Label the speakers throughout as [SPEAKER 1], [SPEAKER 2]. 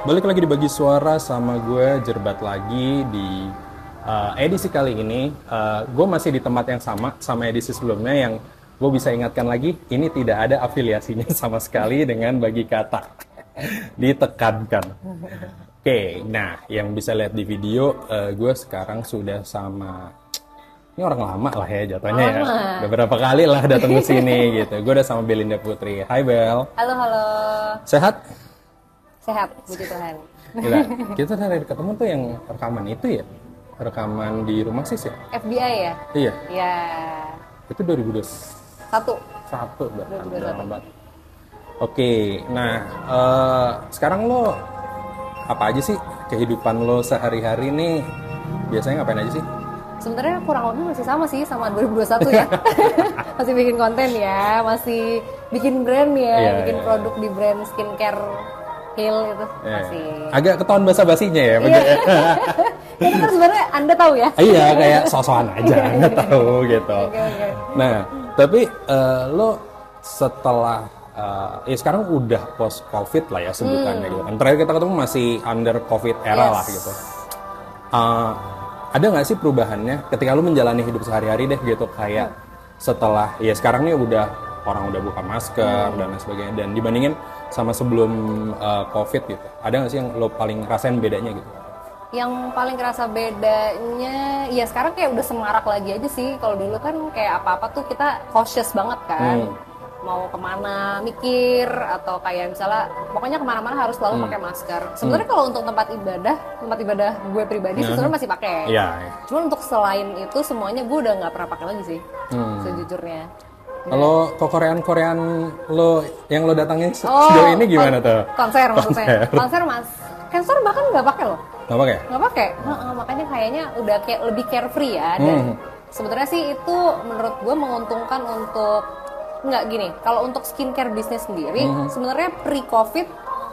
[SPEAKER 1] Balik lagi di Bagi Suara sama gue Jerbat lagi di edisi kali ini. Gue masih di tempat yang sama edisi sebelumnya yang gue bisa ingatkan lagi, ini tidak ada afiliasinya sama sekali dengan Bagi Kata. Ditekankan. Oke, nah yang bisa lihat di video, gue sekarang sudah sama ini orang lama lah ya jatuhnya ya.
[SPEAKER 2] Lama.
[SPEAKER 1] Udah berapa kali lah datang ke sini gitu. Gue udah sama Belinda Putri. Hai Bel.
[SPEAKER 2] Halo, halo.
[SPEAKER 1] Sehat?
[SPEAKER 2] Sehat, puji Tuhan.
[SPEAKER 1] Gila, kita terakhir ketemu tuh yang rekaman itu ya? Rekaman di rumah sis ya?
[SPEAKER 2] FBI ya?
[SPEAKER 1] Iya,
[SPEAKER 2] Ya,
[SPEAKER 1] itu 2021
[SPEAKER 2] satu.
[SPEAKER 1] bahkan,
[SPEAKER 2] 2021.
[SPEAKER 1] udah lama banget. Oke, nah sekarang lo apa aja sih kehidupan lo sehari-hari nih? Biasanya ngapain aja sih?
[SPEAKER 2] Sebenarnya kurang lebih masih sama sih sama 2021 ya. Masih bikin konten ya, masih bikin brand ya,
[SPEAKER 1] Iya,
[SPEAKER 2] bikin
[SPEAKER 1] iya.
[SPEAKER 2] produk di brand skincare Hill itu
[SPEAKER 1] Ya,
[SPEAKER 2] masih.
[SPEAKER 1] agak ketahuan basa-basinya ya,
[SPEAKER 2] Iya. Itu kan sebenarnya Anda tahu ya?
[SPEAKER 1] Iya, kayak sok-sokan aja, nggak tahu gitu.
[SPEAKER 2] Oke.
[SPEAKER 1] Nah, tapi lo setelah ya sekarang udah post COVID lah ya sebutannya gitu kan. Terakhir kita ketemu masih under COVID era
[SPEAKER 2] Yes.
[SPEAKER 1] lah gitu. Ada nggak sih perubahannya ketika lo menjalani hidup sehari-hari deh gitu kayak setelah ya sekarang nih udah orang udah buka masker dan lain sebagainya dan dibandingin sama sebelum COVID gitu. Ada nggak sih yang lo paling rasain bedanya gitu?
[SPEAKER 2] Yang paling kerasa bedanya, ya sekarang kayak udah semarak lagi aja sih. Kalau dulu kan kayak apa-apa tuh kita cautious banget kan. Mau kemana mikir atau kayak misalnya pokoknya kemana-mana harus selalu pakai masker. Sebenarnya kalau untuk tempat ibadah gue pribadi sih sebenarnya masih pakai.
[SPEAKER 1] Iya.
[SPEAKER 2] Cuman untuk selain itu semuanya gue udah nggak pernah pakai lagi sih, sejujurnya.
[SPEAKER 1] Kalau ke Korean lo yang lo datangin sejauh ini gimana tuh?
[SPEAKER 2] Konser maksudnya. Konser bahkan nggak pakai loh.
[SPEAKER 1] Gak pakai?
[SPEAKER 2] Nggak pakai. Makanya kayaknya udah kayak lebih carefree ya. Dan sebenarnya sih itu menurut gue menguntungkan untuk nggak gini. Kalau untuk skincare bisnis sendiri, sebenarnya pre-COVID,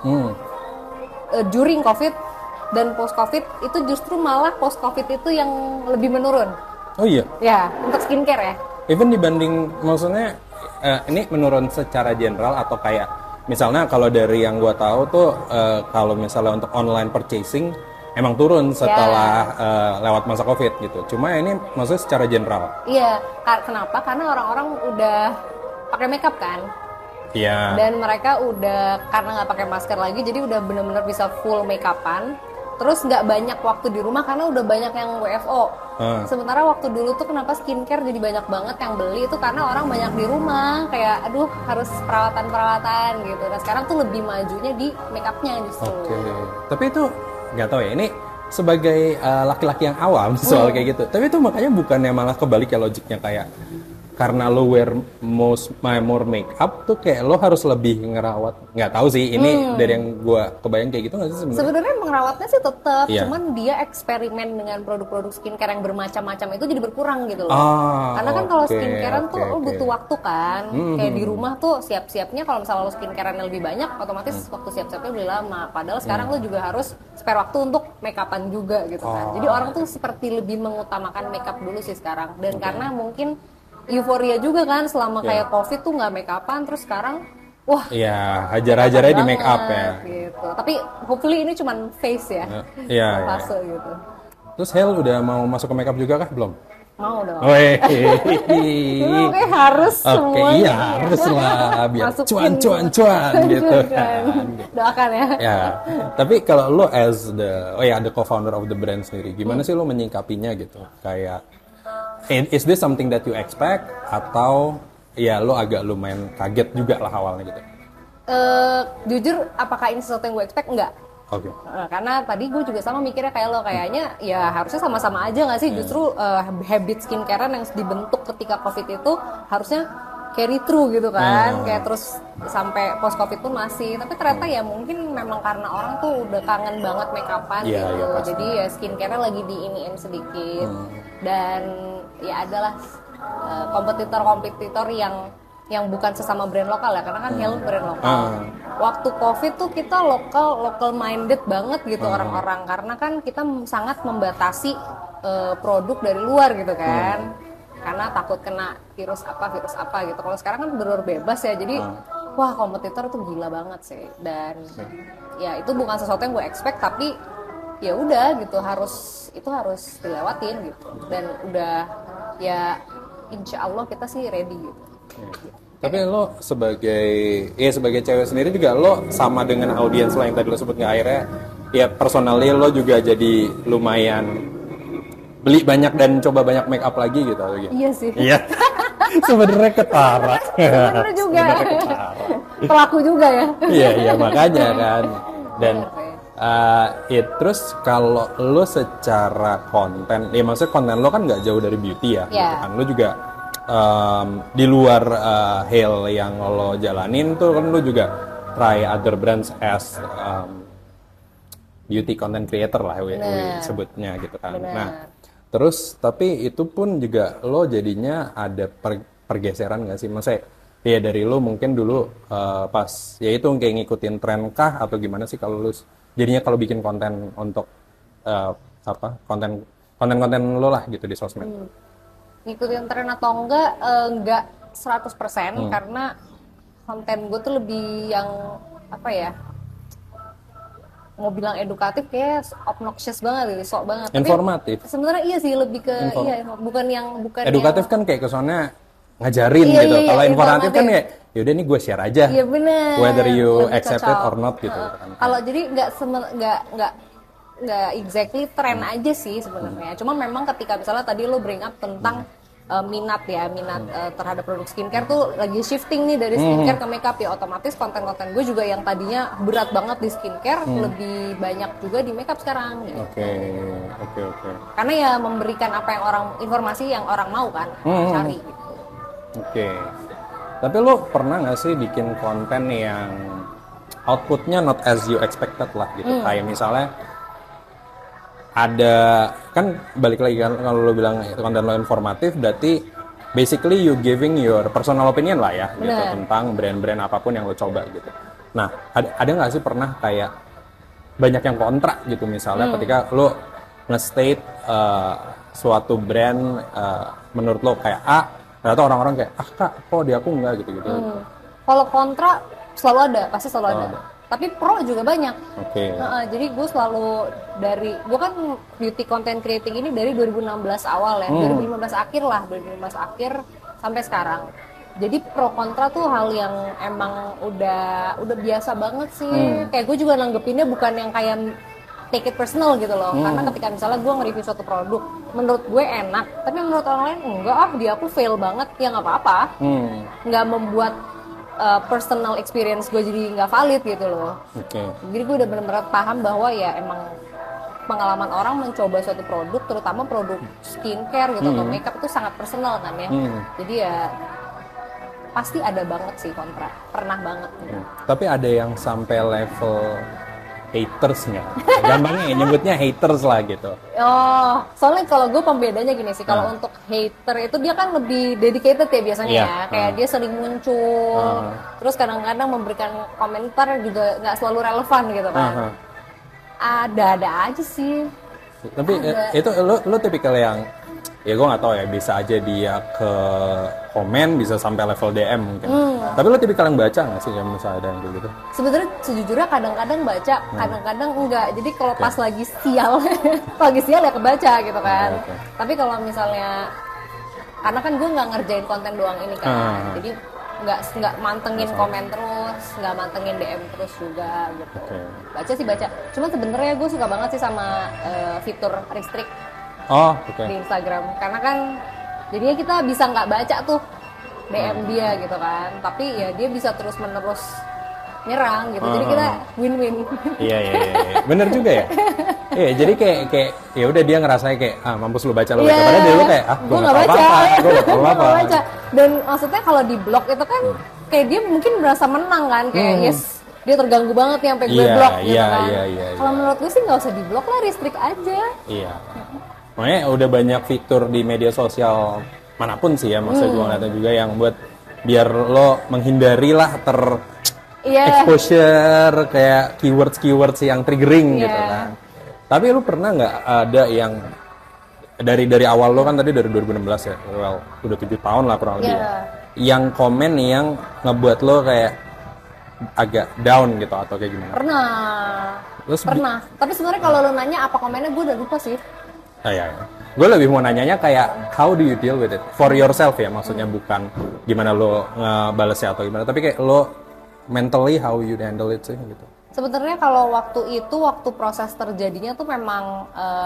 [SPEAKER 2] during COVID dan post-COVID itu justru malah post-COVID itu yang lebih menurun.
[SPEAKER 1] Oh iya.
[SPEAKER 2] Ya, untuk skincare ya.
[SPEAKER 1] Even dibanding maksudnya ini menurun secara general atau kayak misalnya kalau dari yang gua tahu tuh kalau misalnya untuk online purchasing emang turun setelah lewat masa COVID gitu. Cuma ini maksudnya secara general.
[SPEAKER 2] Iya, kenapa? Karena orang-orang udah pakai makeup kan.
[SPEAKER 1] Iya.
[SPEAKER 2] Dan mereka udah karena nggak pakai masker lagi, jadi udah bener-bener bisa full makeupan. Terus nggak banyak waktu di rumah karena udah banyak yang WFO. Sementara waktu dulu tuh kenapa skincare jadi banyak banget yang beli itu karena orang banyak di rumah, kayak aduh harus perawatan-perawatan gitu. Nah sekarang tuh lebih majunya di makeupnya justru.
[SPEAKER 1] Oke. Tapi itu nggak tahu ya ini sebagai laki-laki yang awam soal kayak gitu. Tapi itu makanya bukannya malah kebalik ya logiknya kayak karena lo wear more makeup tuh kayak lo harus lebih ngerawat. Nggak tahu sih ini dari yang gua kebayang kayak gitu nggak sih sebenarnya?
[SPEAKER 2] Sebenarnya merawatnya sih tetap,
[SPEAKER 1] Iya.
[SPEAKER 2] cuman dia eksperimen dengan produk-produk skincare yang bermacam-macam itu jadi berkurang gitu loh.
[SPEAKER 1] Ah,
[SPEAKER 2] Karena kan kalau
[SPEAKER 1] oke,
[SPEAKER 2] skincarean tuh lo
[SPEAKER 1] oke.
[SPEAKER 2] butuh waktu kan, kayak di rumah tuh siap-siapnya kalau misalnya lo skincarean lebih banyak, otomatis waktu siap-siapnya lebih lama. Padahal sekarang lo juga harus spare waktu untuk makeupan juga gitu kan. Jadi orang tuh seperti lebih mengutamakan makeup dulu sih sekarang. Dan karena mungkin euforia juga kan selama kayak COVID tuh nggak makeupan, terus sekarang wah
[SPEAKER 1] Iya, hajar-hajarnya di make up ya.
[SPEAKER 2] banget, gitu. Tapi hopefully ini cuman face ya.
[SPEAKER 1] Iya, iya.
[SPEAKER 2] Fase gitu.
[SPEAKER 1] Terus Hel udah mau masuk ke makeup juga kah belum?
[SPEAKER 2] Mau dong.
[SPEAKER 1] Weh.
[SPEAKER 2] Oke, harus
[SPEAKER 1] Oke,
[SPEAKER 2] semuanya.
[SPEAKER 1] iya harus lah biar
[SPEAKER 2] Masukin.
[SPEAKER 1] cuan gitu kan.
[SPEAKER 2] Doakan ya.
[SPEAKER 1] Ya, tapi kalau lo as the co-founder of the brand sendiri, gimana sih lo menyingkapinya gitu? Kayak, is this something that you expect atau ya lo agak lumayan kaget juga lah awalnya gitu?
[SPEAKER 2] Jujur, apakah ini sesuatu yang gue expect? Enggak.
[SPEAKER 1] Oke.
[SPEAKER 2] Karena tadi gue juga sama mikirnya kayak lo, kayaknya ya harusnya sama-sama aja nggak sih? Justru habit skincarean yang dibentuk ketika COVID itu harusnya carry through gitu kan, kayak terus sampai post COVID pun masih. Tapi ternyata ya mungkin memang karena orang tuh udah kangen banget makeupan
[SPEAKER 1] Iya,
[SPEAKER 2] gitu.
[SPEAKER 1] iya, pasti.
[SPEAKER 2] Jadi ya skincare lagi diiniin sedikit. Dan ya adalah kompetitor-kompetitor yang bukan sesama brand lokal ya, karena kan Hel brand lokal. Waktu COVID tuh kita local minded banget gitu orang-orang, karena kan kita sangat membatasi produk dari luar gitu kan. Karena takut kena virus apa gitu. Kalau sekarang kan benar bebas ya, jadi Wah, kompetitor tuh gila banget sih. Dan ya itu bukan sesuatu yang gue expect, tapi ya udah gitu, harus dilewatin gitu. Dan udah ya insya Allah kita sih ready gitu.
[SPEAKER 1] Tapi lo sebagai cewek sendiri juga lo sama dengan audiens lo yang tadi lo sebut nggak, akhirnya ya personally lo juga jadi lumayan beli banyak dan coba banyak make up lagi gitu atau gitu?
[SPEAKER 2] Iya sih.
[SPEAKER 1] Iya. Sebenarnya ketara.
[SPEAKER 2] Sebenarnya juga.
[SPEAKER 1] Sebenarnya ketara.
[SPEAKER 2] Pelaku juga ya.
[SPEAKER 1] Iya makanya kan. Dan terus kalau lo secara konten, ya maksudnya konten lo kan nggak jauh dari beauty ya, gitu kan. Lo juga di luar hal yang lo jalanin tuh kan lo juga try other brands as beauty content creator lah we sebutnya gitu kan.
[SPEAKER 2] Bener.
[SPEAKER 1] Nah terus tapi itu pun juga lo jadinya ada pergeseran nggak sih, maksudnya ya dari lo mungkin dulu pas ya itu kayak ngikutin tren kah atau gimana sih kalau lo jadinya kalau bikin konten untuk konten lo lah gitu di sosmed.
[SPEAKER 2] Ngikutin tren atau enggak 100% karena konten gue tuh lebih yang apa ya, mau bilang edukatif kayak obnoxious banget gitu, sok banget.
[SPEAKER 1] Informatif.
[SPEAKER 2] Tapi sebenarnya iya sih lebih ke bukan
[SPEAKER 1] edukatif
[SPEAKER 2] yang,
[SPEAKER 1] kan kayak kesannya ngajarin gitu.
[SPEAKER 2] Iya,
[SPEAKER 1] kalau informatif kan kayak yaudah nih gue share aja.
[SPEAKER 2] Iya bener.
[SPEAKER 1] Whether you
[SPEAKER 2] lebih
[SPEAKER 1] accept it
[SPEAKER 2] cocok.
[SPEAKER 1] or not gitu.
[SPEAKER 2] Kalau jadi nggak exactly tren aja sih sebenarnya. Cuma memang ketika misalnya tadi lo bring up tentang minat terhadap produk skincare tuh lagi shifting nih dari skincare ke makeup, ya otomatis konten-konten gue juga yang tadinya berat banget di skincare lebih banyak juga di makeup sekarang gitu.
[SPEAKER 1] Oke.
[SPEAKER 2] Karena ya memberikan informasi yang orang mau kan cari gitu.
[SPEAKER 1] Oke. Tapi lo pernah nggak sih bikin konten yang outputnya not as you expected lah gitu, kayak misalnya ada kan balik lagi kan kalau lo bilang konten lo informatif berarti basically you giving your personal opinion lah ya gitu tentang brand-brand apapun yang lo coba gitu. Nah ada nggak sih pernah kayak banyak yang kontra gitu misalnya ketika lo nge-state suatu brand menurut lo kayak A, ternyata orang-orang kayak kak kok di aku enggak gitu.
[SPEAKER 2] Kalau kontra pasti selalu ada. Tapi pro juga banyak. Jadi gue selalu gue kan beauty content creating ini dari 2016 awal ya, 2015 akhir sampai sekarang. Jadi pro kontra tuh hal yang emang udah biasa banget sih. Kayak gue juga nanggepinnya bukan yang kayak take it personal gitu loh. Karena ketika misalnya gue nge-review suatu produk, menurut gue enak, tapi menurut orang lain enggak, dia aku fail banget, ya nggak apa-apa. Nggak membuat personal experience gue jadi nggak valid gitu loh. Jadi gue udah benar-benar paham bahwa ya emang pengalaman orang mencoba suatu produk, terutama produk skincare gitu atau makeup itu sangat personal kan ya. Jadi ya pasti ada banget sih kontra, pernah banget.
[SPEAKER 1] Tapi ada yang sampai level haters nggak? Gampangnya nyebutnya haters lah gitu.
[SPEAKER 2] Oh, soalnya kalau gue pembedanya gini sih, kalau untuk hater itu dia kan lebih dedicated ya biasanya ya, kayak dia sering muncul, terus kadang-kadang memberikan komentar juga nggak selalu relevan gitu kan. Ada aja sih.
[SPEAKER 1] Tapi itu lo tipikal yang ya gue nggak tahu ya, bisa aja dia ke komen bisa sampai level DM mungkin. Tapi lo tipikal yang baca nggak sih yang misalnya ada yang kayak gitu?
[SPEAKER 2] Sebenarnya sejujurnya kadang-kadang baca, kadang-kadang enggak. Jadi kalau pas lagi sial, ya kebaca gitu kan. Tapi kalau misalnya, karena kan gue nggak ngerjain konten doang ini kan, jadi nggak mantengin komen terus, nggak mantengin DM terus juga gitu. Baca sih baca. Cuma sebenarnya gue suka banget sih sama fitur restrict di Instagram, karena kan jadinya kita bisa nggak baca tuh DM dia gitu kan, tapi ya dia bisa terus menerus nyerang gitu, jadi kita win-win. Iya,
[SPEAKER 1] bener juga ya. Iya, jadi kayak ya udah dia ngerasa kayak mampus lu baca. Padahal dia lu kayak
[SPEAKER 2] gue nggak baca,
[SPEAKER 1] gue nggak baca.
[SPEAKER 2] Dan maksudnya kalau di blog itu kan kayak dia mungkin merasa menang kan, kayak yes dia terganggu banget nih sampai gue blok gitu kan. Kalau menurut gue sih nggak usah di blok lah, restrict aja.
[SPEAKER 1] Iya. Makanya udah banyak fitur di media sosial manapun sih ya, maksudnya gue ngeliatnya juga yang buat biar lo menghindari lah exposure kayak keywords yang triggering gitu kan. Tapi lo pernah nggak ada yang dari awal lo kan tadi dari 2016 ya, udah 7 tahun lah kurang lebih ya, yang komen yang ngebuat lo kayak agak down gitu atau kayak gimana?
[SPEAKER 2] Pernah.
[SPEAKER 1] Terus
[SPEAKER 2] Pernah. Tapi sebenarnya kalau lo nanya apa komennya, gue udah lupa sih.
[SPEAKER 1] ya. Gue lebih mau nanyanya kayak how do you deal with it for yourself ya, maksudnya bukan gimana lo ngebalesnya atau gimana, tapi kayak lo mentally how you handle it sih gitu.
[SPEAKER 2] Sebenarnya kalau waktu proses terjadinya tuh memang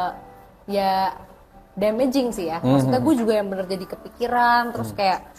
[SPEAKER 2] ya damaging sih ya. Maksudnya gue juga yang bener jadi kepikiran, terus kayak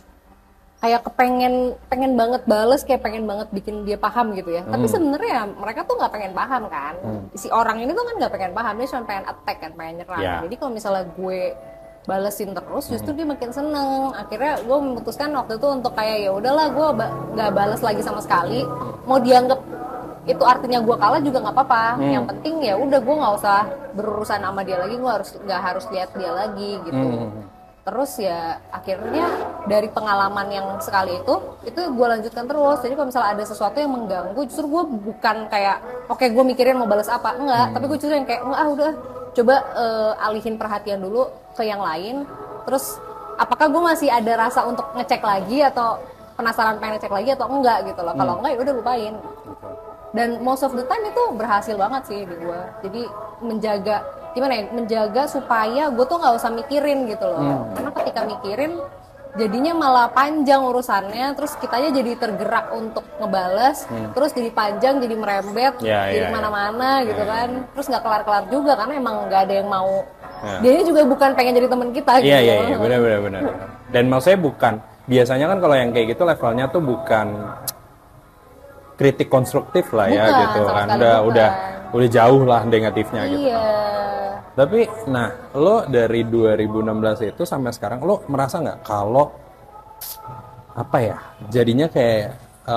[SPEAKER 2] pengen banget bales, kayak pengen banget bikin dia paham gitu ya. Tapi sebenarnya mereka tuh nggak pengen paham kan. Si orang ini tuh kan nggak pengen paham, dia cuma pengen attack kan, pengen nyerang.
[SPEAKER 1] Yeah.
[SPEAKER 2] Jadi kalau misalnya gue balesin terus, justru dia makin seneng. Akhirnya gue memutuskan waktu itu untuk kayak ya udahlah, gue nggak balas lagi sama sekali. Mau dianggap itu artinya gue kalah juga nggak apa-apa. Yang penting ya udah, gue nggak usah berurusan sama dia lagi, gue nggak harus lihat dia lagi gitu. Terus ya akhirnya dari pengalaman yang sekali itu gue lanjutkan terus. Jadi kalau misalnya ada sesuatu yang mengganggu, justru gue bukan kayak oke, gue mikirin mau balas apa, enggak. Tapi gue justru yang kayak udah coba alihin perhatian dulu ke yang lain. Terus apakah gue masih ada rasa untuk ngecek lagi atau penasaran pengen ngecek lagi atau enggak gitu loh. Kalau enggak ya udah lupain. Dan most of the time itu berhasil banget sih di gue. Jadi menjaga supaya gue tuh nggak usah mikirin gitu loh. Karena ketika mikirin jadinya malah panjang urusannya, terus kitanya jadi tergerak untuk ngebales, terus jadi panjang, jadi merembet, jadi mana-mana gitu kan. Terus nggak kelar-kelar juga karena emang nggak ada yang mau. Dia juga bukan pengen jadi teman kita gitu.
[SPEAKER 1] Iya, benar. Dan maksudnya biasanya kan kalau yang kayak gitu levelnya tuh bukan kritik konstruktif lah ya gitu kan. Udah jauh lah negatifnya gitu.
[SPEAKER 2] Iya.
[SPEAKER 1] Tapi, nah, lo dari 2016 itu sampai sekarang, lo merasa nggak kalau, apa ya, jadinya kayak,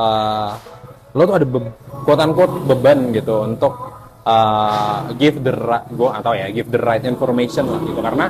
[SPEAKER 1] lo tuh ada quote-unquote beban gitu untuk give the right information lah gitu. Karena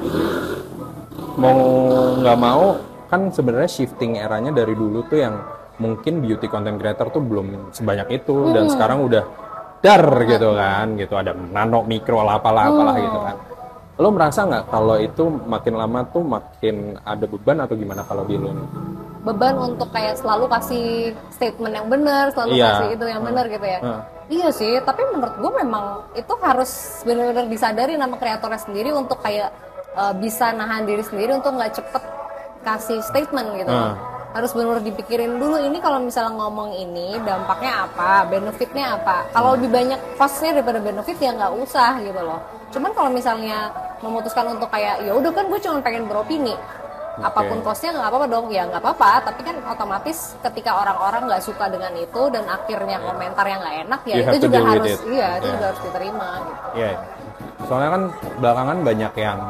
[SPEAKER 1] mau nggak mau, kan sebenarnya shifting eranya dari dulu tuh yang mungkin beauty content creator tuh belum sebanyak itu, dan sekarang udah gitu kan, gitu ada nano, mikro, apalah gitu kan. Lo merasa nggak kalau itu makin lama tuh makin ada beban atau gimana kalau di lo?
[SPEAKER 2] Beban untuk kayak selalu kasih statement yang benar, selalu kasih itu yang benar gitu ya. Iya sih, tapi menurut gue memang itu harus benar-benar disadari nama kreatornya sendiri untuk kayak bisa nahan diri sendiri untuk nggak cepet kasih statement gitu. Harus benar-benar dipikirin dulu, ini kalau misalnya ngomong ini dampaknya apa, benefitnya apa. Kalau lebih banyak costnya daripada benefit ya nggak usah gitu loh. Cuman kalau misalnya memutuskan untuk kayak ya udah kan gue cuma pengen beropini, apapun costnya nggak apa-apa dong, ya nggak apa-apa. Tapi kan otomatis ketika orang-orang nggak suka dengan itu dan akhirnya komentar yang nggak enak ya itu juga harus itu juga harus diterima gitu.
[SPEAKER 1] Iya. Soalnya kan belakangan banyak yang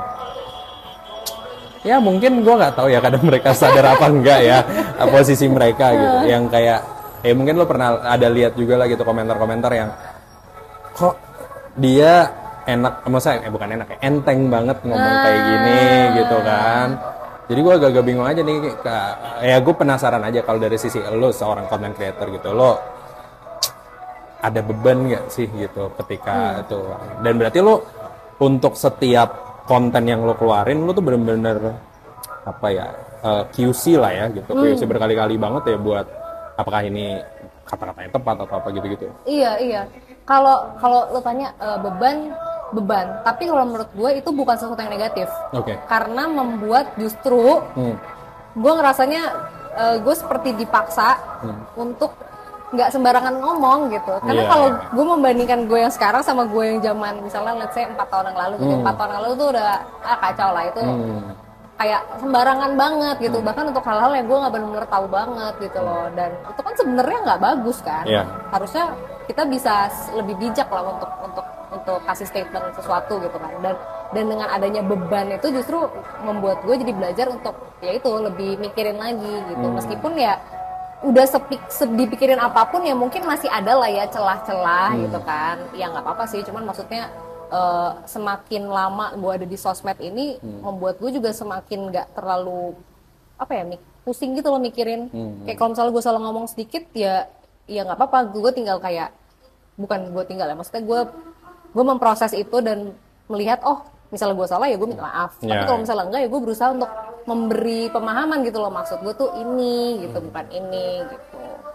[SPEAKER 1] ya mungkin gue nggak tahu ya, kadang mereka sadar apa enggak ya posisi mereka gitu, yang kayak mungkin lo pernah ada lihat juga lah gitu komentar-komentar yang kok dia enak, maksudnya bukan enak ya, enteng banget ngomong kayak gini gitu kan. Jadi gue agak bingung aja nih, ya gue penasaran aja kalau dari sisi lo seorang content creator gitu, lo ada beban nggak sih gitu ketika itu, dan berarti lo untuk setiap konten yang lo keluarin, lo tuh bener-bener apa ya, QC lah ya gitu, QC berkali-kali banget ya buat apakah ini kata-katanya tepat atau apa gitu-gitu.
[SPEAKER 2] Iya. Kalau lo tanya beban, tapi kalau menurut gue itu bukan sesuatu yang negatif. Karena membuat justru gue ngerasanya gue seperti dipaksa untuk nggak sembarangan ngomong gitu. Karena kalau gue membandingkan gue yang sekarang sama gue yang zaman misalnya let's say 4 tahun yang lalu gitu. 4 tahun yang lalu tuh udah kacau lah itu. Kayak sembarangan banget gitu. Bahkan untuk hal-hal yang gue nggak benar-benar tahu banget gitu loh. Dan itu kan sebenarnya nggak bagus kan. Harusnya kita bisa lebih bijak lah untuk kasih statement sesuatu gitu kan. Dan dengan adanya beban itu justru membuat gue jadi belajar untuk ya itu lebih mikirin lagi gitu. Meskipun ya udah dipikirin apapun ya mungkin masih ada lah ya celah-celah gitu kan. Ya nggak apa-apa sih, cuman maksudnya semakin lama gue ada di sosmed ini membuat gue juga semakin nggak terlalu apa ya pusing gitu loh mikirin. Kayak kalau misalnya gue salah ngomong sedikit ya nggak apa-apa, gue tinggal kayak bukan gue tinggal ya, maksudnya gue memproses itu dan melihat misalnya gue salah ya gue minta maaf. Tapi kalau misalnya enggak ya gue berusaha untuk memberi pemahaman gitu loh, maksud gue tuh ini gitu, bukan ini gitu.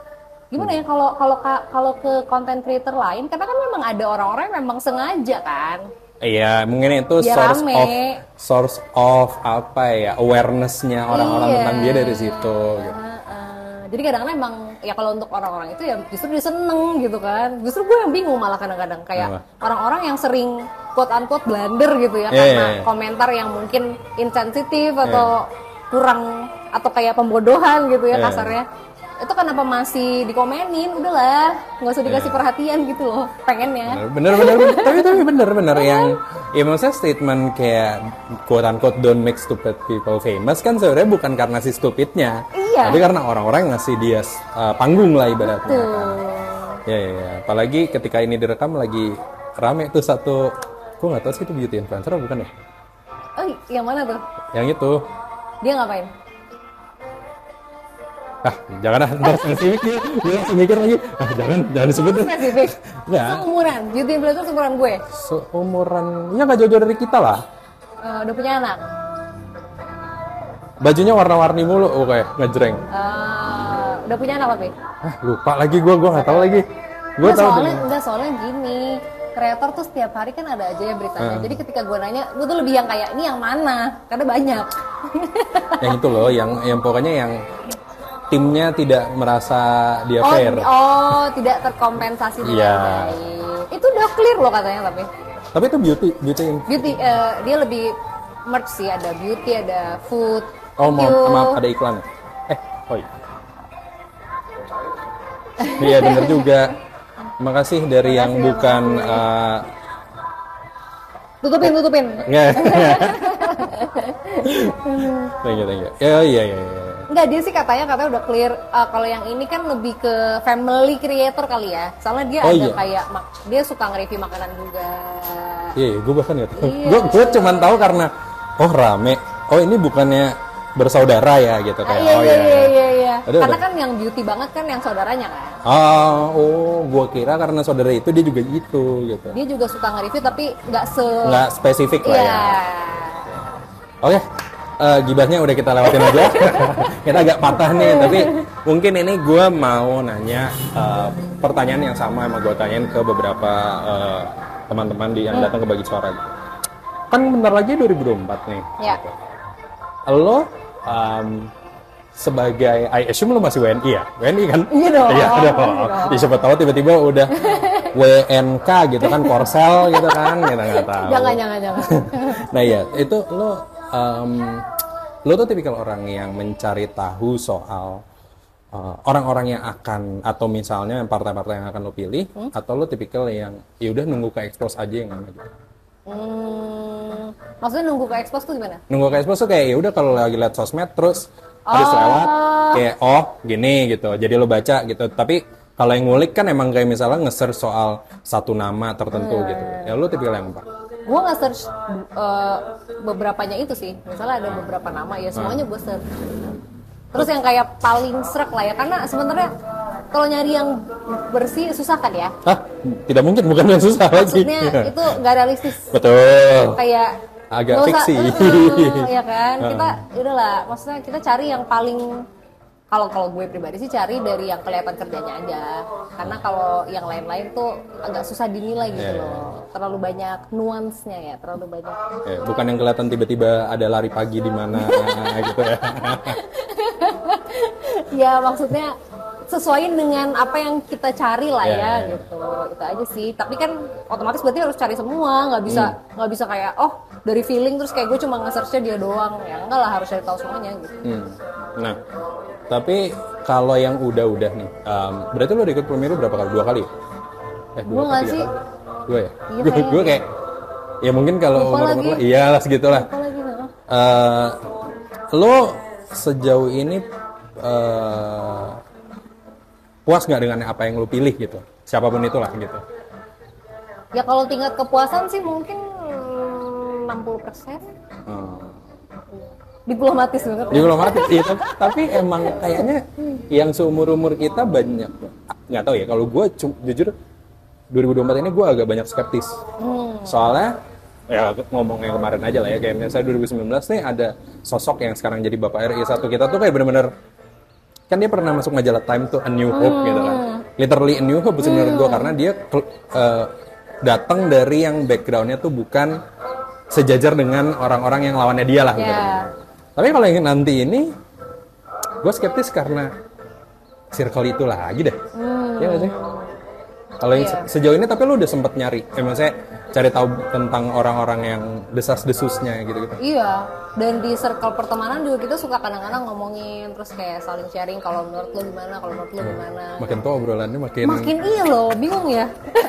[SPEAKER 2] gimana ya kalau ke content creator lain, karena kan memang ada orang-orang yang memang sengaja kan.
[SPEAKER 1] Iya, mungkin itu
[SPEAKER 2] Biar
[SPEAKER 1] source of apa ya, awareness-nya orang-orang
[SPEAKER 2] Iya.
[SPEAKER 1] tentang dia dari situ gitu.
[SPEAKER 2] Jadi kadang-kadang emang ya kalau untuk orang-orang itu ya justru dia seneng gitu kan. Justru gue yang bingung malah kadang-kadang kayak orang-orang yang sering quote unquote blunder gitu ya, karena komentar yang mungkin insensitif atau kurang atau kayak pembodohan gitu ya kasarnya. Itu kenapa masih dikomenin? Udahlah, nggak usah dikasih perhatian gitu loh, pengennya.
[SPEAKER 1] Bener. tapi bener yang ya maksudnya statement kayak quote unquote don't make stupid people famous kan sebenarnya bukan karena si stupidnya, tapi karena orang-orang ngasih dia panggung lah ibaratnya kan. Ya. Apalagi ketika ini direkam lagi rame tuh satu, gue nggak tahu sih itu beauty influencer atau bukan ya?
[SPEAKER 2] Oh, yang mana tuh?
[SPEAKER 1] Yang itu.
[SPEAKER 2] Dia ngapain?
[SPEAKER 1] Jangan ntar spesifik nih, gue langsung mikir lagi. Jangan disebut.
[SPEAKER 2] Spesifik.
[SPEAKER 1] Nggak.
[SPEAKER 2] Seumuran, beauty influencer seumuran gue.
[SPEAKER 1] Seumuran, ya nggak jauh-jauh dari kita lah.
[SPEAKER 2] Udah punya anak.
[SPEAKER 1] Bajunya warna-warni mulu, kayak ngejreng.
[SPEAKER 2] Udah punya anak tapi?
[SPEAKER 1] Lupa lagi gue nggak tahu lagi. Gue tahu.
[SPEAKER 2] Soalnya gini. Kreator tuh setiap hari kan ada aja ya beritanya. Jadi ketika gue nanya, gue tuh lebih yang kayak ini yang mana? Karena banyak.
[SPEAKER 1] Yang itu loh, yang pokoknya yang timnya tidak merasa dia fair.
[SPEAKER 2] Tidak terkompensasi dengan baik. Itu udah clear loh katanya tapi.
[SPEAKER 1] Tapi itu beauty.
[SPEAKER 2] Dia lebih merch sih, ada beauty, ada food.
[SPEAKER 1] Maaf, ada iklan. Iya bener juga. Makasih dari yang bukan.
[SPEAKER 2] Tutupin.
[SPEAKER 1] Thank you. Iya.
[SPEAKER 2] Enggak, dia sih katanya udah clear. Kalau yang ini kan lebih ke family creator kali ya. Soalnya dia ada kayak dia suka nge-review makanan juga.
[SPEAKER 1] Iya, gue bahkan nggak tahu. Gue cuma tahu karena rame. Ini bukannya bersaudara ya gitu kayak.
[SPEAKER 2] Iya. Karena kan yang beauty banget kan yang saudaranya kan.
[SPEAKER 1] Gue kira karena saudara itu dia juga gitu.
[SPEAKER 2] Dia juga suka nge-review tapi nggak
[SPEAKER 1] spesifik lah ya. Oke. Gibahnya udah kita lewatin aja. Kita agak patah nih, tapi mungkin ini gue mau nanya pertanyaan yang sama gue tanyain ke beberapa teman-teman yang datang ke Bagi Suara. Kan bentar lagi 2024 nih.
[SPEAKER 2] Ya.
[SPEAKER 1] Lo sebagai, I assume lo masih WNI ya? WNI kan?
[SPEAKER 2] Iya dong.
[SPEAKER 1] Ya, siapa tahu tiba-tiba udah WNK gitu kan, Korsel gitu kan, kita nggak tahu.
[SPEAKER 2] Jangan.
[SPEAKER 1] Nah ya, itu lo tuh tipikal orang yang mencari tahu soal orang-orang yang akan, atau misalnya partai-partai yang akan lo pilih, atau lo tipikal yang ya udah nunggu ke expose aja yang mana gitu?
[SPEAKER 2] Maksudnya nunggu ke expose tuh gimana?
[SPEAKER 1] Nunggu ke expose tuh kayak ya udah kalau lagi liat sosmed terus habis lewat kayak gini gitu, jadi lo baca gitu. Tapi kalau yang ngulik kan emang kayak misalnya nge-search soal satu nama tertentu gitu. Ya lo tipikal yang apa?
[SPEAKER 2] Gue nge-search beberapanya itu sih. Misalnya ada beberapa nama ya semuanya gue search. Terus yang kayak paling srek lah ya, karena sebenarnya kalau nyari yang bersih susah kan ya?
[SPEAKER 1] Tidak mungkin, bukan yang susah lagi.
[SPEAKER 2] Maksudnya itu nggak realistis.
[SPEAKER 1] Betul.
[SPEAKER 2] Kayak
[SPEAKER 1] agak fiksi.
[SPEAKER 2] Ya kan? Kita udahlah, maksudnya kita cari yang paling, kalau gue pribadi sih cari dari yang kelihatan kerjanya aja. Karena kalau yang lain-lain tuh agak susah dinilai gitu loh. Terlalu banyak nuansnya ya, terlalu banyak.
[SPEAKER 1] Bukan yang kelihatan tiba-tiba ada lari pagi di mana gitu ya.
[SPEAKER 2] Ya maksudnya sesuaiin dengan apa yang kita cari lah gitu. Itu aja sih. Tapi kan otomatis berarti harus cari semua, nggak bisa kayak dari feeling terus kayak gue cuma nge-search-nya dia doang. Ya enggak lah, harus cari tahu semuanya gitu.
[SPEAKER 1] Nah, tapi kalau yang udah nih, berarti lo udah ikut pemilu berapa kali? 2 kali?
[SPEAKER 2] Gue nggak sih.
[SPEAKER 1] 2 ya? Gue kayak, ya mungkin kalau umur-umur iyalah segitulah. Lo sejauh ini puas nggak dengan apa yang lo pilih gitu? Siapapun itulah gitu.
[SPEAKER 2] Ya kalau tingkat kepuasan sih mungkin 60%. Diplomatis banget.
[SPEAKER 1] Diplomatis itu, tapi emang kayaknya yang seumur-umur kita banyak, nggak tahu ya. Kalau gue jujur 2024 ini gue agak banyak skeptis. Soalnya ya ngomong yang kemarin aja lah ya, kayak misalnya 2019 nih ada sosok yang sekarang jadi Bapak RI 1 kita tuh kayak bener-bener kan dia pernah masuk majalah Time tuh, A New Hope gitu kan. Literally A New Hope sih menurut gue, karena dia datang dari yang backgroundnya tuh bukan sejajar dengan orang-orang yang lawannya dia lah gitu. Tapi kalau yang nanti ini, gue skeptis karena circle itu lagi deh. Iya nggak sih? Kalau yang sejauh ini, tapi lu udah sempet nyari, maksudnya cari tahu tentang orang-orang yang desas-desusnya gitu-gitu.
[SPEAKER 2] Iya, dan di circle pertemanan juga kita suka kadang-kadang ngomongin, terus kayak saling sharing kalau menurut lu gimana, kalau menurut lu gimana.
[SPEAKER 1] Makin tua obrolannya makin
[SPEAKER 2] iya loh, bingung ya.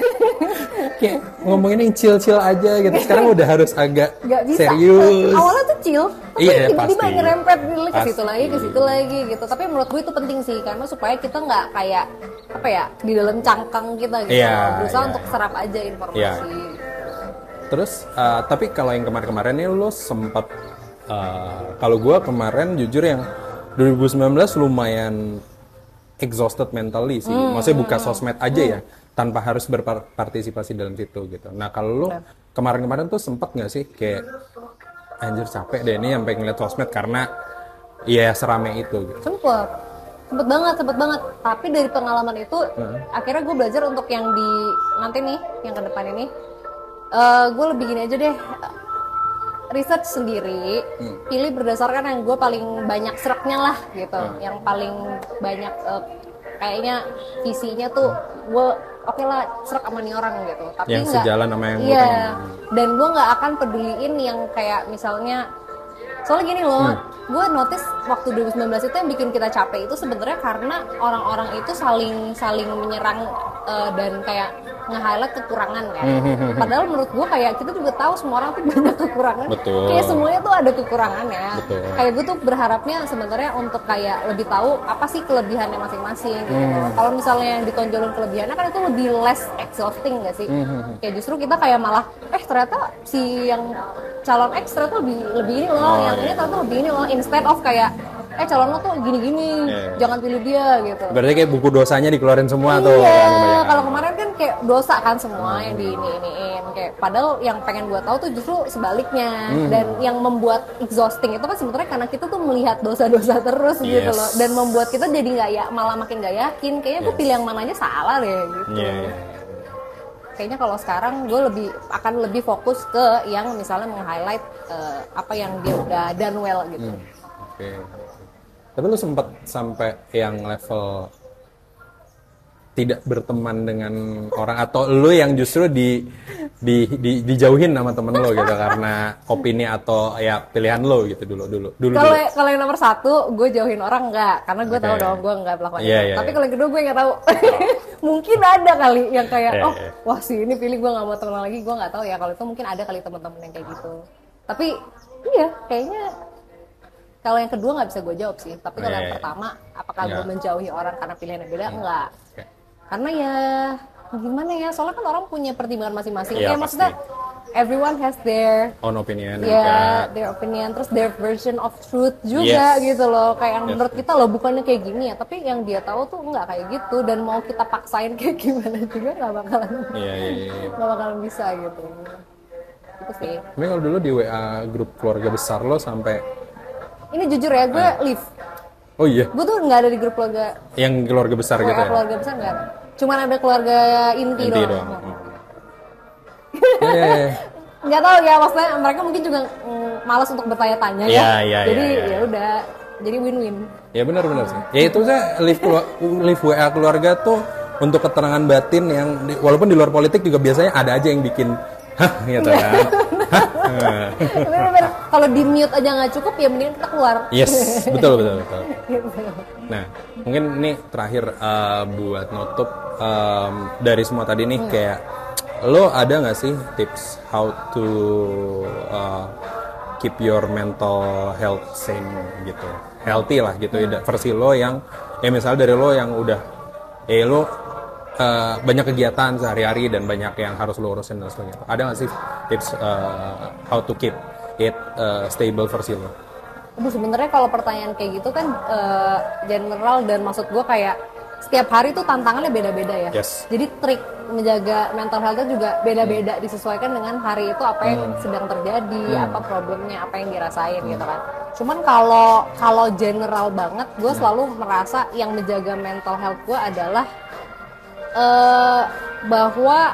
[SPEAKER 1] Kayak ngomongin yang chill-chill aja gitu. Sekarang udah harus agak serius.
[SPEAKER 2] Awalnya tuh chill, tapi tiba-tiba
[SPEAKER 1] pasti.
[SPEAKER 2] nyerempet ke situ lagi gitu. Tapi menurut gue itu penting sih, karena supaya kita nggak kayak apa ya, di dalam cangkang kita gitu. Berusaha untuk serap aja informasi.
[SPEAKER 1] Terus, tapi kalau yang kemarin-kemarin nih lo sempet, kalau gue kemarin jujur yang 2019 lumayan exhausted mentally sih. Maksudnya buka sosmed aja ya, tanpa harus berpartisipasi dalam situ gitu. Nah kalau lo kemarin-kemarin tuh sempet nggak sih kayak anjir capek deh ini sampai ngeliat sosmed karena ya serame itu gitu.
[SPEAKER 2] Sempet banget. Tapi dari pengalaman itu akhirnya gue belajar untuk yang di nanti nih, yang ke depan ini, gue lebih gini aja deh, research sendiri, pilih berdasarkan yang gue paling banyak sereknya lah gitu, yang paling banyak kayaknya visinya tuh gue oke lah serak sama nih orang gitu. Tapi
[SPEAKER 1] yang sejalan sama yang
[SPEAKER 2] gue pengen. Dan gue nggak akan peduliin yang kayak misalnya, soalnya gini loh, gue notice waktu 2019 itu yang bikin kita capek itu sebenarnya karena orang-orang itu saling menyerang dan kayak nge-highlight kekurangan kan. Padahal menurut gue kayak kita juga tahu semua orang tuh banyak kekurangan.
[SPEAKER 1] Betul.
[SPEAKER 2] Kayak semuanya tuh ada kekurangannya. Betul. Kayak gue tuh berharapnya sebenarnya untuk kayak lebih tahu apa sih kelebihannya masing-masing gitu. Kalau misalnya yang ditonjolin kelebihannya kan itu lebih less exhausting gak sih? Kayak justru kita kayak malah ternyata si yang calon X ternyata lebih ini loh, yang ini ternyata lebih ini loh, instead of kayak calon lo tuh gini-gini, jangan pilih dia gitu.
[SPEAKER 1] Berarti kayak buku dosanya dikeluarin semua tuh.
[SPEAKER 2] Iya, kalau kemarin kan kayak dosa kan semua yang ini-iniin. Kayak padahal yang pengen gue tahu tuh justru sebaliknya. Dan yang membuat exhausting itu kan sebenarnya karena kita tuh melihat dosa-dosa terus gitu loh. Dan membuat kita jadi nggak malah makin nggak yakin. Kayaknya gue pilih yang mananya salah deh gitu. Kayaknya kalau sekarang gue akan lebih fokus ke yang misalnya meng-highlight apa yang dia udah done well gitu.
[SPEAKER 1] Oke. Tapi lu sempet sampai yang level tidak berteman dengan orang, atau lu yang justru dijauhin sama temen lo gitu karena opini atau ya pilihan lo gitu dulu.
[SPEAKER 2] Kalau yang nomor 1 gue jauhin orang enggak, karena gue tahu dong gue enggak melakukan itu. Tapi kalau yang kedua gue nggak tahu. Mungkin ada kali yang kayak wah si ini pilih gue nggak mau temen lagi, gue nggak tahu ya. Kalau itu mungkin ada kali teman-teman yang kayak gitu. Tapi iya kayaknya kalau yang kedua nggak bisa gue jawab sih. Tapi kalau yang pertama, apakah gue menjauhi orang karena pilihannya beda? Enggak. Karena ya gimana ya, soalnya kan orang punya pertimbangan masing-masing. Kayak maksudnya everyone has their
[SPEAKER 1] own opinion.
[SPEAKER 2] Their opinion, terus their version of truth juga gitu loh. Kayak yang menurut kita loh bukannya kayak gini ya, tapi yang dia tahu tuh nggak kayak gitu, dan mau kita paksain kayak gimana juga nggak bakalan bisa gitu. Itu sih.
[SPEAKER 1] Tapi kalau dulu di WA grup keluarga besar lo sampai
[SPEAKER 2] ini jujur ya, gue leave.
[SPEAKER 1] Oh iya?
[SPEAKER 2] Gue tuh nggak ada di grup keluarga.
[SPEAKER 1] Yang keluarga besar gitu ya?
[SPEAKER 2] Keluarga besar nggak ada. Cuman ada keluarga inti doang. Nggak tahu ya, maksudnya mereka mungkin juga malas untuk bertanya-tanya Jadi ya udah, jadi win-win.
[SPEAKER 1] Ya benar sih. Ya itu saya live WA keluarga tuh untuk keterangan batin yang walaupun di luar politik juga biasanya ada aja yang bikin gitu kan.
[SPEAKER 2] Kalau di mute aja nggak cukup ya mending kita keluar.
[SPEAKER 1] Yes, betul. Nah, mungkin ini terakhir buat nutup dari semua tadi nih, kayak lo ada nggak sih tips how to keep your mental health sane gitu, healthy lah gitu ya, versi lo yang misalnya dari lo yang udah lo banyak kegiatan sehari-hari dan banyak yang harus lo urusin dan sebagainya. Ada nggak sih tips how to keep it stable versi lo?
[SPEAKER 2] Sebenarnya kalau pertanyaan kayak gitu kan general, dan maksud gue kayak setiap hari tuh tantangannya beda-beda ya.
[SPEAKER 1] Yes.
[SPEAKER 2] Jadi trik menjaga mental health juga beda-beda, disesuaikan dengan hari itu apa yang sedang terjadi, apa problemnya, apa yang dirasain gitu kan. Cuman kalau general banget, gue selalu merasa yang menjaga mental health gue adalah bahwa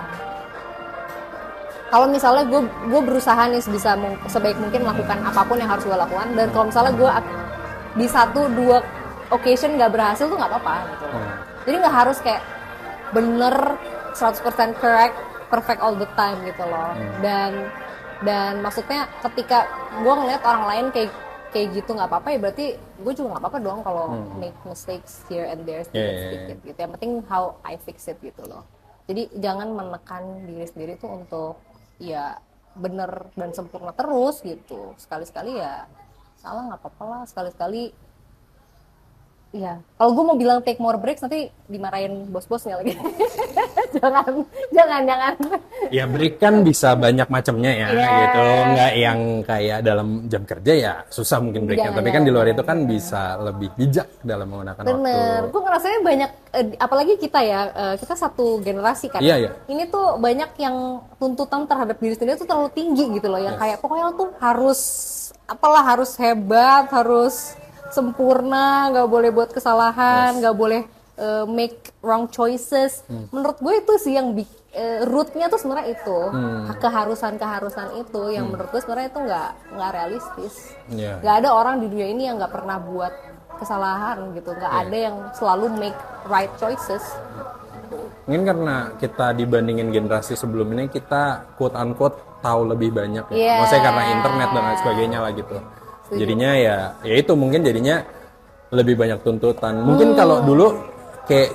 [SPEAKER 2] kalau misalnya gue berusaha nih sebaik mungkin melakukan apapun yang harus gue lakukan, dan kalau misalnya gue di 1-2 occasion nggak berhasil tuh nggak apa-apa gitu. Jadi nggak harus kayak bener 100% correct, perfect all the time gitu loh. Dan maksudnya ketika gue ngeliat orang lain kayak gitu nggak apa-apa, ya berarti gue juga nggak apa-apa dong kalau make mistakes here and there sedikit gitu. Yang penting how I fix it gitu loh. Jadi jangan menekan diri sendiri tuh untuk ya bener dan sempurna terus gitu. Sekali-sekali ya salah nggak apa-apa lah, sekali-sekali. Iya, kalau gue mau bilang take more breaks nanti dimarahin bos-bosnya lagi. jangan.
[SPEAKER 1] Ya break kan bisa banyak macamnya ya, gitu. Nggak yang kayak dalam jam kerja ya susah mungkin breaknya. Tapi kan di luar itu kan bisa lebih bijak dalam menggunakan waktu.
[SPEAKER 2] Bener, gue ngerasanya banyak, apalagi kita ya, kita satu generasi kan.
[SPEAKER 1] Iya.
[SPEAKER 2] Ini tuh banyak yang tuntutan terhadap diri sendiri tuh terlalu tinggi gitu loh. Yang kayak pokoknya lo tuh harus hebat, harus sempurna, nggak boleh buat kesalahan, nggak boleh make wrong choices. Menurut gue itu sih yang rootnya tuh sebenarnya itu keharusan itu yang menurut gue sebenarnya itu nggak realistis. Nggak ada orang di dunia ini yang nggak pernah buat kesalahan gitu, nggak ada yang selalu make right choices.
[SPEAKER 1] Mungkin karena kita dibandingin generasi sebelum ini, kita quote unquote tahu lebih banyak ya. Maksudnya karena internet dan lain sebagainya lah gitu. Jadinya ya itu mungkin jadinya lebih banyak tuntutan. Mungkin kalau dulu kayak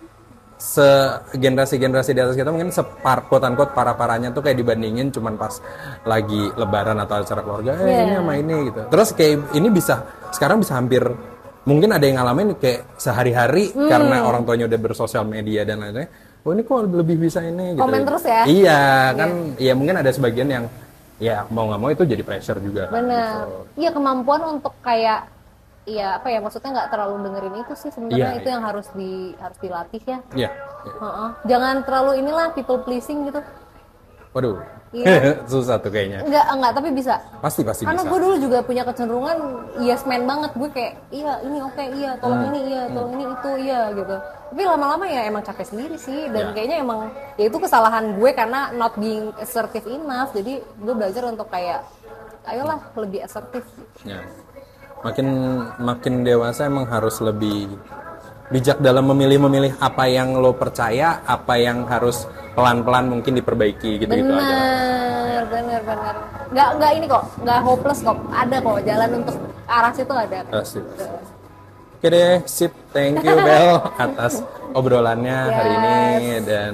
[SPEAKER 1] generasi di atas kita mungkin quote-unquote parah-parahnya tuh kayak dibandingin cuman pas lagi lebaran atau acara keluarga, ini sama ini gitu. Terus kayak ini sekarang bisa hampir, mungkin ada yang ngalamin kayak sehari-hari karena orang tuanya udah bersosial media dan lain-lain. Oh ini kok lebih bisa ini gitu.
[SPEAKER 2] Komen terus ya?
[SPEAKER 1] Iya kan, ya mungkin ada sebagian yang ya mau nggak mau itu jadi pressure juga.
[SPEAKER 2] Bener. Iya, kemampuan untuk kayak maksudnya nggak terlalu dengerin itu sih sebenarnya itu yang harus dilatih ya.
[SPEAKER 1] Iya.
[SPEAKER 2] Jangan terlalu people pleasing gitu.
[SPEAKER 1] Waduh.
[SPEAKER 2] Iya.
[SPEAKER 1] Susah tuh kayaknya.
[SPEAKER 2] Enggak, tapi bisa.
[SPEAKER 1] Pasti
[SPEAKER 2] Karena
[SPEAKER 1] bisa.
[SPEAKER 2] gue dulu juga punya kecenderungan yes man banget. Gue kayak ini oke, tolong ini tolong ini itu gitu. Tapi lama-lama ya emang capek sendiri sih, dan kayaknya emang ya itu kesalahan gue karena not being assertive enough. Jadi gue belajar untuk kayak ayolah lebih asertif.
[SPEAKER 1] Ya. Makin dewasa emang harus lebih bijak dalam memilih apa yang lo percaya, apa yang harus pelan-pelan mungkin diperbaiki gitu aja.
[SPEAKER 2] Bener. Nggak ini kok, nggak hopeless kok. Ada kok jalan untuk arah situ ada.
[SPEAKER 1] Oke deh, sip. Thank you Bel atas obrolannya hari ini, dan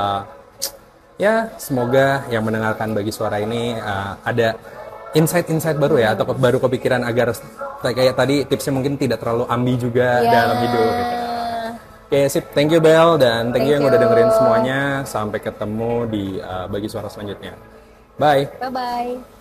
[SPEAKER 1] ya semoga yang mendengarkan Bagi Suara ini ada insight baru ya, atau baru kepikiran agar kayak tadi tipsnya mungkin tidak terlalu ambi juga dalam hidup gitu. Oke, sip. Thank you Bel, dan thank you yang udah dengerin semuanya. Sampai ketemu di Bagi Suara selanjutnya. Bye.
[SPEAKER 2] Bye.